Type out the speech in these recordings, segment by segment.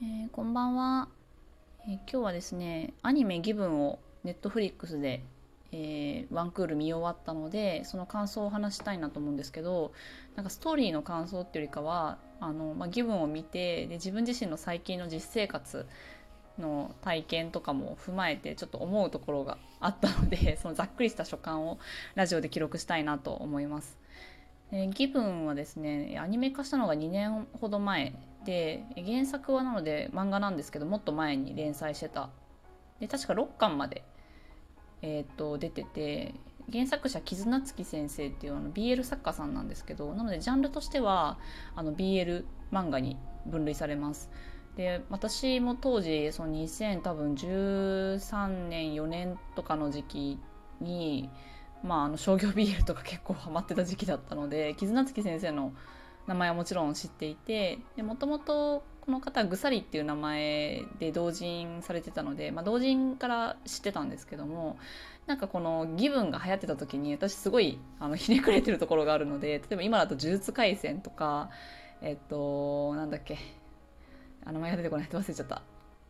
こんばんは。今日はですね、アニメ「ギブン」をネットフリックスで、ワンクール見終わったので、その感想を話したいなと思うんですけど、なんかストーリーの感想っていうよりかはギブンを見て、で自分自身の最近の実生活の体験とかも踏まえてちょっと思うところがあったので、そのざっくりした所感をラジオで記録したいなと思います。ギブンはですね、アニメ化したのが2年ほど前で、原作はなので漫画なんですけど、もっと前に連載してた。で、確か6巻まで、出てて、原作者木津夏樹先生っていうBL 作家さんなんですけど、なのでジャンルとしてはBL 漫画に分類されます。で、私も当時その2000多分13年4年とかの時期に、商業 BL とか結構ハマってた時期だったので、木津夏樹先生の名前はもちろん知っていて、もともとこの方はグサリっていう名前で同人されてたので、同人から知ってたんですけども、なんかこのギブンが流行ってた時に私すごいひねくれてるところがあるので、例えば今だと呪術廻戦とか、なんだっけ、名前が出てこない、忘れちゃった。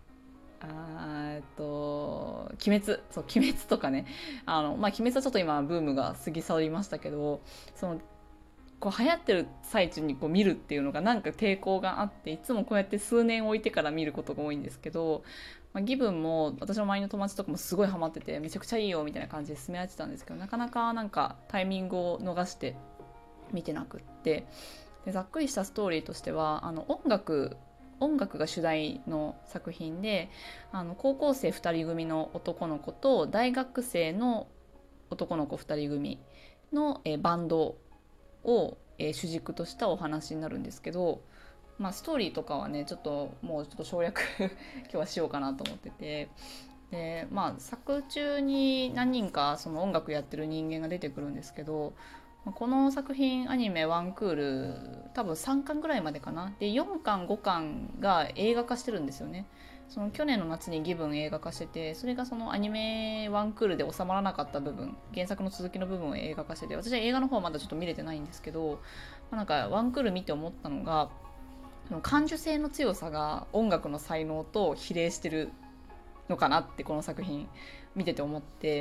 鬼滅、そう、鬼滅とかね、鬼滅はちょっと今ブームが過ぎ去りましたけど、そのこう流行ってる最中にこう見るっていうのがなんか抵抗があって、いつもこうやって数年置いてから見ることが多いんですけど、ギブンも私の周りの友達とかもすごいハマってて、めちゃくちゃいいよみたいな感じで勧められてたんですけど、なかなかなんかタイミングを逃して見てなくって、でざっくりしたストーリーとしては音楽が主題の作品で、高校生2人組の男の子と大学生の男の子2人組の、バンドを、主軸としたお話になるんですけど、ストーリーとかはねちょっともうちょっと省略今日はしようかなと思ってて、で作中に何人かその音楽やってる人間が出てくるんですけど、この作品アニメワンクール多分3巻ぐらいまでかな、で4巻5巻が映画化してるんですよね。その去年の夏にギブン映画化してて、それがそのアニメワンクールで収まらなかった部分、原作の続きの部分を映画化してて、私は映画の方はまだちょっと見れてないんですけど、なんかワンクール見て思ったのが、感受性の強さが音楽の才能と比例してるのかなってこの作品見てて思って、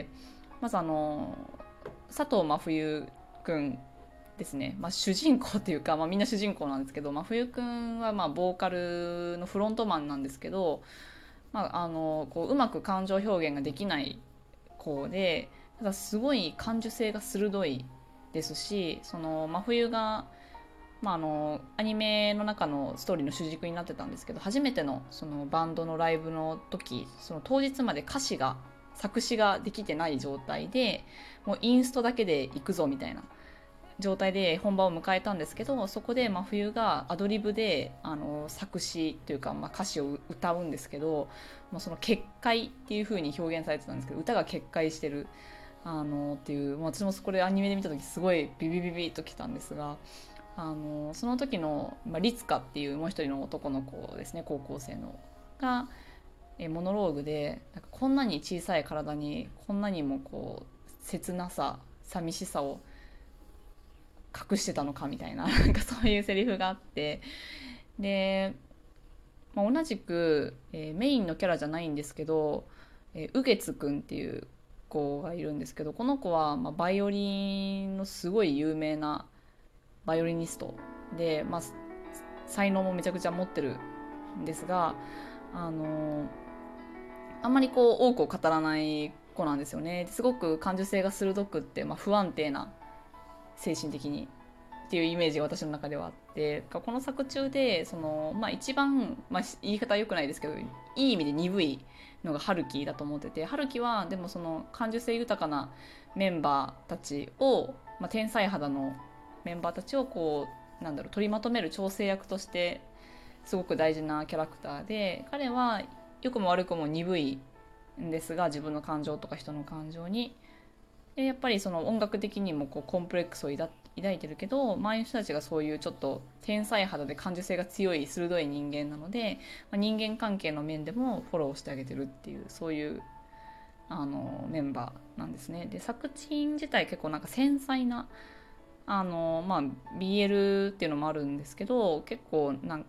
まず佐藤真冬くんですね、主人公っていうか、みんな主人公なんですけど、真冬くんはボーカルのフロントマンなんですけど、こううまく感情表現ができない子で、ただすごい感受性が鋭いですし、その真冬が、アニメの中のストーリーの主軸になってたんですけど、初めてのそのバンドのライブの時、その当日まで作詞ができてない状態で、もうインストだけで行くぞみたいな状態で本番を迎えたんですけど、そこで真冬がアドリブで作詞というか、歌詞を歌うんですけど、もうその決壊っていう風に表現されてたんですけど、歌が決壊してるっていう、私もこれアニメで見た時すごいビビビビッときたんですが、その時の、リツカっていうもう一人の男の子ですね、高校生のがモノローグで、なんかこんなに小さい体にこんなにもこう切なさ寂しさを隠してたのかみたいな、なんかそういうセリフがあって、で、同じく、メインのキャラじゃないんですけど、ウゲツくんっていう子がいるんですけど、この子は、バイオリンのすごい有名なバイオリニストで、才能もめちゃくちゃ持ってるんですが、あのあんまりこう多くを語らない子なんですよね。すごく感受性が鋭くって、不安定な精神的にっていうイメージが私の中ではあって、この作中でその、一番、言い方は良くないですけど、いい意味で鈍いのが春樹だと思ってて、春樹はでもその感受性豊かなメンバーたちを、天才肌のメンバーたちをこうなんだろう、取りまとめる調整役としてすごく大事なキャラクターで、彼は良くも悪くも鈍いんですが、自分の感情とか人の感情に、でやっぱりその音楽的にもこうコンプレックスを抱いてるけど、周りの人たちがそういうちょっと天才肌で感受性が強い鋭い人間なので、人間関係の面でもフォローしてあげてるっていう、そういうメンバーなんですね。で作品自体結構なんか繊細なBL っていうのもあるんですけど、結構なんか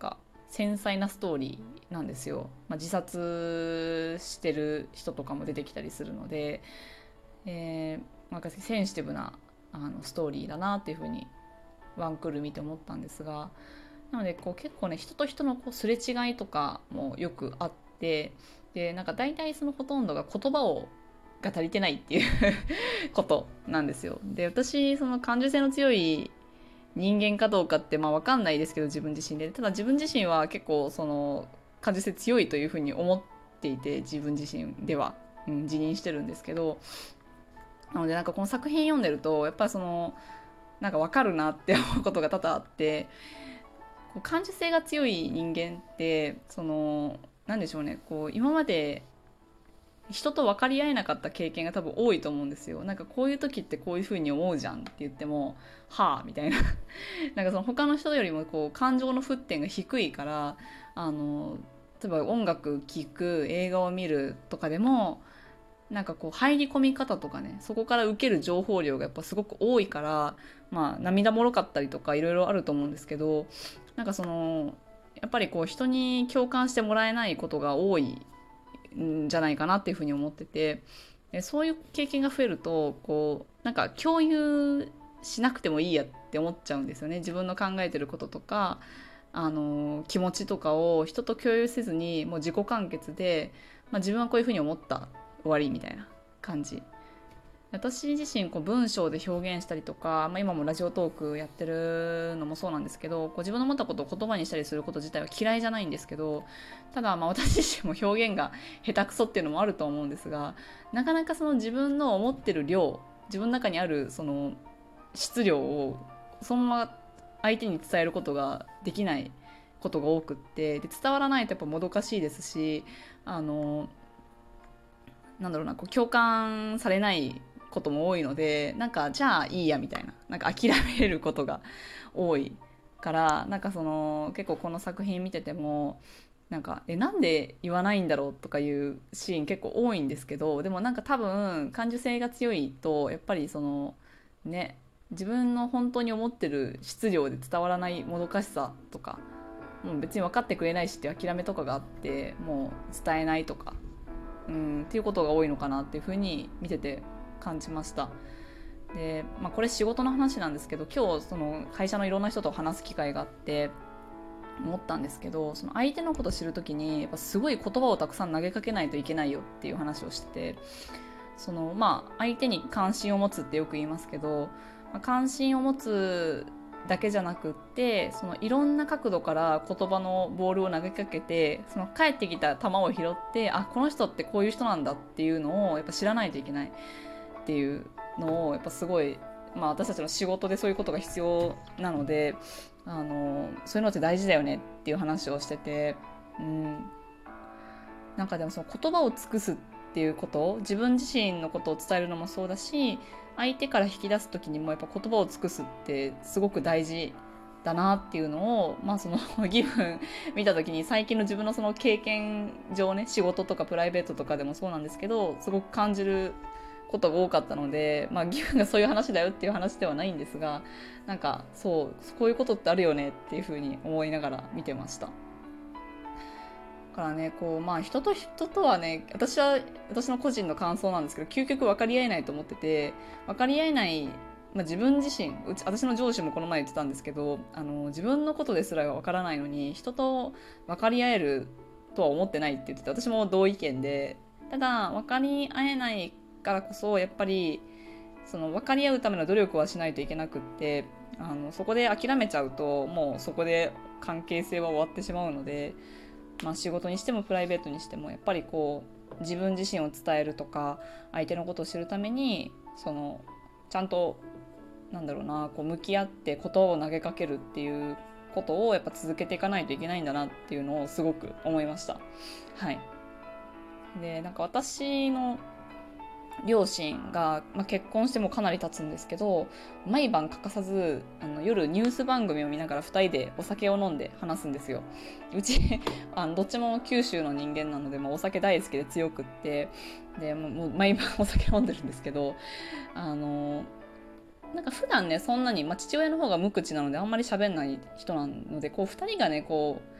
繊細なストーリーなんですよ。自殺してる人とかも出てきたりするので、なんかセンシティブなストーリーだなっていうふうにワンクール見て思ったんですが、なので結構ね、人と人のすれ違いとかもよくあって、でなんか大体そのほとんどが言葉が足りてないっていうことなんですよ。で私その感受性の強い人間かどうかって分かんないですけど、自分自身で、ただ自分自身は結構その感受性強いというふうに思っていて、自分自身では、自認してるんですけど、なのでなんかこの作品読んでるとやっぱりそのなんか分かるなって思うことが多々あって、感受性が強い人間ってそのなんでしょうね、今まで人と分かり合えなかった経験が多分多いと思うんですよ。なんかこういう時ってこういう風に思うじゃんって言ってもはあみたいななんかその他の人よりも感情の沸点が低いから、例えば音楽聴く、映画を見るとかでもなんか入り込み方とかね、そこから受ける情報量がやっぱすごく多いから、涙もろかったりとかいろいろあると思うんですけど、なんかそのやっぱり人に共感してもらえないことが多いんじゃないかなっていうふうに思ってて、そういう経験が増えるとなんか共有しなくてもいいやって思っちゃうんですよね。自分の考えてることとか気持ちとかを人と共有せずにもう自己完結で、自分はこういうふうに思った終わりみたいな感じ。私自身文章で表現したりとか、今もラジオトークやってるのもそうなんですけど、自分の思ったことを言葉にしたりすること自体は嫌いじゃないんですけど、ただ私自身も表現が下手くそっていうのもあると思うんですが、なかなかその自分の思ってる量、自分の中にあるその質量をそのまま相手に伝えることができないことが多くって、で伝わらないとやっぱもどかしいですし、なんだろうな、共感されないことも多いので、なんかじゃあいいやみたいな、なんか諦めることが多いから、なんかその結構この作品見ててもなんかなんで言わないんだろうとかいうシーン結構多いんですけど、でもなんか多分感受性が強いとやっぱりそのね、自分の本当に思ってる質量で伝わらないもどかしさとか、もう別に分かってくれないしっていう諦めとかがあって、もう伝えないとか、っていうことが多いのかなっていうふうに見てて感じました。で、これ仕事の話なんですけど、今日その会社のいろんな人と話す機会があって思ったんですけど、その相手のことを知るときにやっぱすごい言葉をたくさん投げかけないといけないよっていう話をしてて、その相手に関心を持つってよく言いますけど、関心を持つだけじゃなくって、そのいろんな角度から言葉のボールを投げかけて、その返ってきた球を拾って、あ、この人ってこういう人なんだっていうのをやっぱ知らないといけないっていうのをやっぱすごい、私たちの仕事でそういうことが必要なので、そういうのって大事だよねっていう話をしてて、なんかでもその言葉を尽くすっていうこと、自分自身のことを伝えるのもそうだし、相手から引き出す時にもやっぱ言葉を尽くすってすごく大事だなっていうのを、その義分見た時に最近の自分のその経験上ね、仕事とかプライベートとかでもそうなんですけど、すごく感じることが多かったので、義分がそういう話だよっていう話ではないんですが、なんかこういうことってあるよねっていうふうに思いながら見てました。からね、人と人とはね、私の個人の感想なんですけど、究極分かり合えないと思ってて、分かり合えない、自分自身、私の上司もこの前言ってたんですけど、自分のことですら分からないのに人と分かり合えるとは思ってないって言ってて、私も同意見で、ただ分かり合えないからこそやっぱりその分かり合うための努力はしないといけなくって、そこで諦めちゃうともうそこで関係性は終わってしまうので、仕事にしてもプライベートにしてもやっぱり自分自身を伝えるとか相手のことを知るためにそのちゃんとなんだろうな、向き合ってことを投げかけるっていうことをやっぱ続けていかないといけないんだなっていうのをすごく思いました。はい。で、なんか私の両親が、結婚してもかなり経つんですけど、毎晩欠かさず夜ニュース番組を見ながら2人でお酒を飲んで話すんですよ。うちどっちも九州の人間なので、お酒大好きで強くって、でもう毎晩お酒飲んでるんですけど、なんか普段ねそんなに、父親の方が無口なのであんまり喋んない人なので、2人がね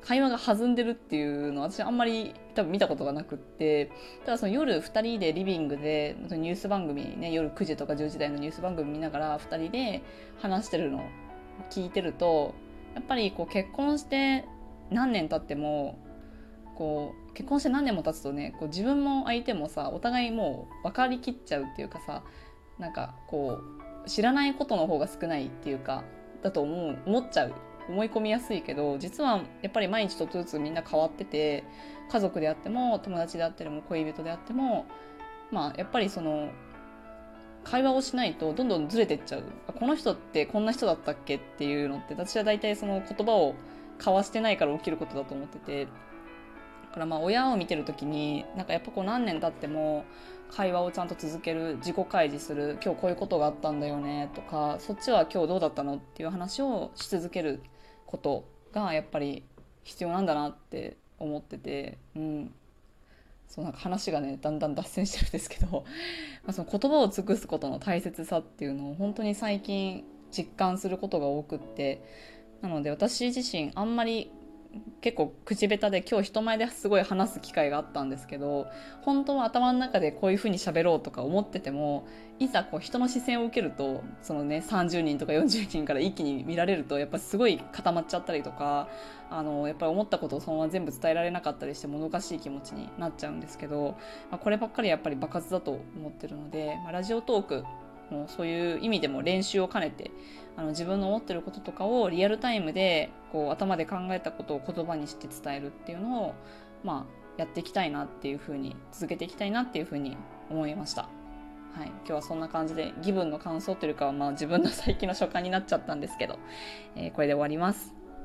会話が弾んでるっていうのは私あんまり多分見たことがなくって、ただその夜2人でリビングでニュース番組ね、夜9時とか10時台のニュース番組見ながら2人で話してるのを聞いてると、やっぱりこう結婚して何年経っても結婚して何年も経つとね、自分も相手もさ、お互いもう分かりきっちゃうっていうかさ、なんか知らないことの方が少ないっていうかだと思っちゃう、思い込みやすいけど、実はやっぱり毎日ちょっとずつみんな変わってて、家族であっても友達であっても恋人であっても、やっぱりその会話をしないとどんどんずれてっちゃう。この人ってこんな人だったっけっていうのって、私は大体その言葉を交わしてないから起きることだと思ってて、だから親を見てる時になんかやっぱ何年経っても会話をちゃんと続ける、自己開示する、今日こういうことがあったんだよねとか、そっちは今日どうだったのっていう話をし続けることがやっぱり必要なんだなって思ってて、そうなんか話がねだんだん脱線してるんですけどその言葉を尽くすことの大切さっていうのを本当に最近実感することが多くって、なので私自身あんまり結構口下手で今日人前ですごい話す機会があったんですけど、本当は頭の中でこういう風に喋ろうとか思ってても、いざ人の視線を受けると、そのね30人とか40人から一気に見られるとやっぱすごい固まっちゃったりとか、やっぱり思ったことをそのまま全部伝えられなかったりしてもどかしい気持ちになっちゃうんですけど、こればっかりやっぱり場数だと思ってるので、ラジオトークもそういう意味でも練習を兼ねて、自分の思ってることとかをリアルタイムで頭で考えたことを言葉にして伝えるっていうのを、やっていきたいなっていうふうに、続けていきたいなっていうふうに思いました。はい、今日はそんな感じで、気分の感想というか、自分の最近の所感になっちゃったんですけど、これで終わります。